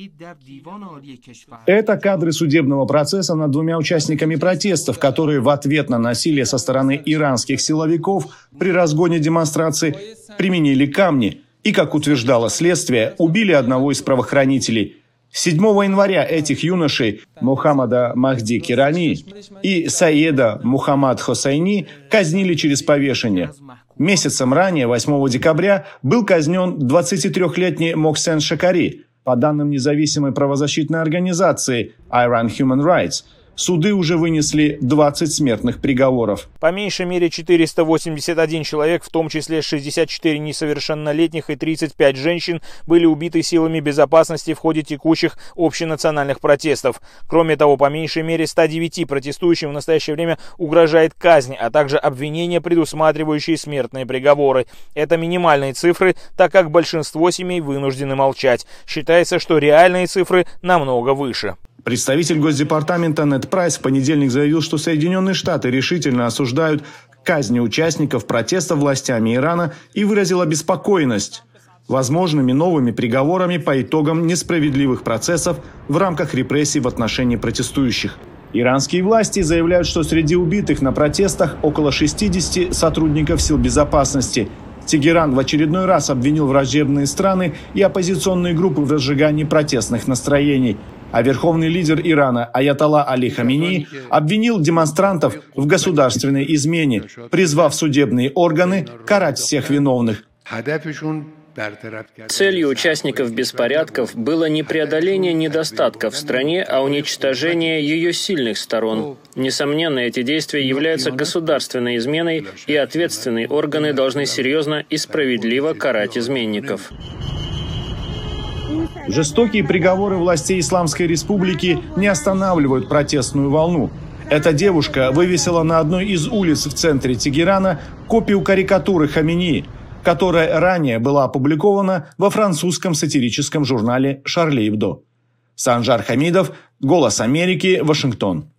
Это кадры судебного процесса над двумя участниками протестов, которые в ответ на насилие со стороны иранских силовиков при разгоне демонстрации применили камни и, как утверждало следствие, убили одного из правоохранителей. 7 января этих юношей Мухаммада Махди Кирани и Саеда Мухаммад Хосайни казнили через повешение. Месяцем ранее, 8 декабря, был казнен 23-летний Мохсен Шакари. По данным независимой правозащитной организации Iran Human Rights, суды уже вынесли 20 смертных приговоров. По меньшей мере 481 человек, в том числе 64 несовершеннолетних и 35 женщин, были убиты силами безопасности в ходе текущих общенациональных протестов. Кроме того, по меньшей мере 109 протестующим в настоящее время угрожает казнь, а также обвинения, предусматривающие смертные приговоры. Это минимальные цифры, так как большинство семей вынуждены молчать. Считается, что реальные цифры намного выше. Представитель Госдепартамента Нед Прайс в понедельник заявил, что Соединенные Штаты решительно осуждают казни участников протеста властями Ирана и выразил обеспокоенность возможными новыми приговорами по итогам несправедливых процессов в рамках репрессий в отношении протестующих. Иранские власти заявляют, что среди убитых на протестах около 60 сотрудников сил безопасности. Тегеран в очередной раз обвинил враждебные страны и оппозиционные группы в разжигании протестных настроений. А верховный лидер Ирана Аятолла Али Хаминеи обвинил демонстрантов в государственной измене, призвав судебные органы карать всех виновных. Целью участников беспорядков было не преодоление недостатков в стране, а уничтожение ее сильных сторон. Несомненно, эти действия являются государственной изменой, и ответственные органы должны серьезно и справедливо карать изменников. Жестокие приговоры властей Исламской Республики не останавливают протестную волну. Эта девушка вывесила на одной из улиц в центре Тегерана копию карикатуры Хаминеи, которая ранее была опубликована во французском сатирическом журнале «Шарли Эбдо». Санжар Хамидов, «Голос Америки», Вашингтон.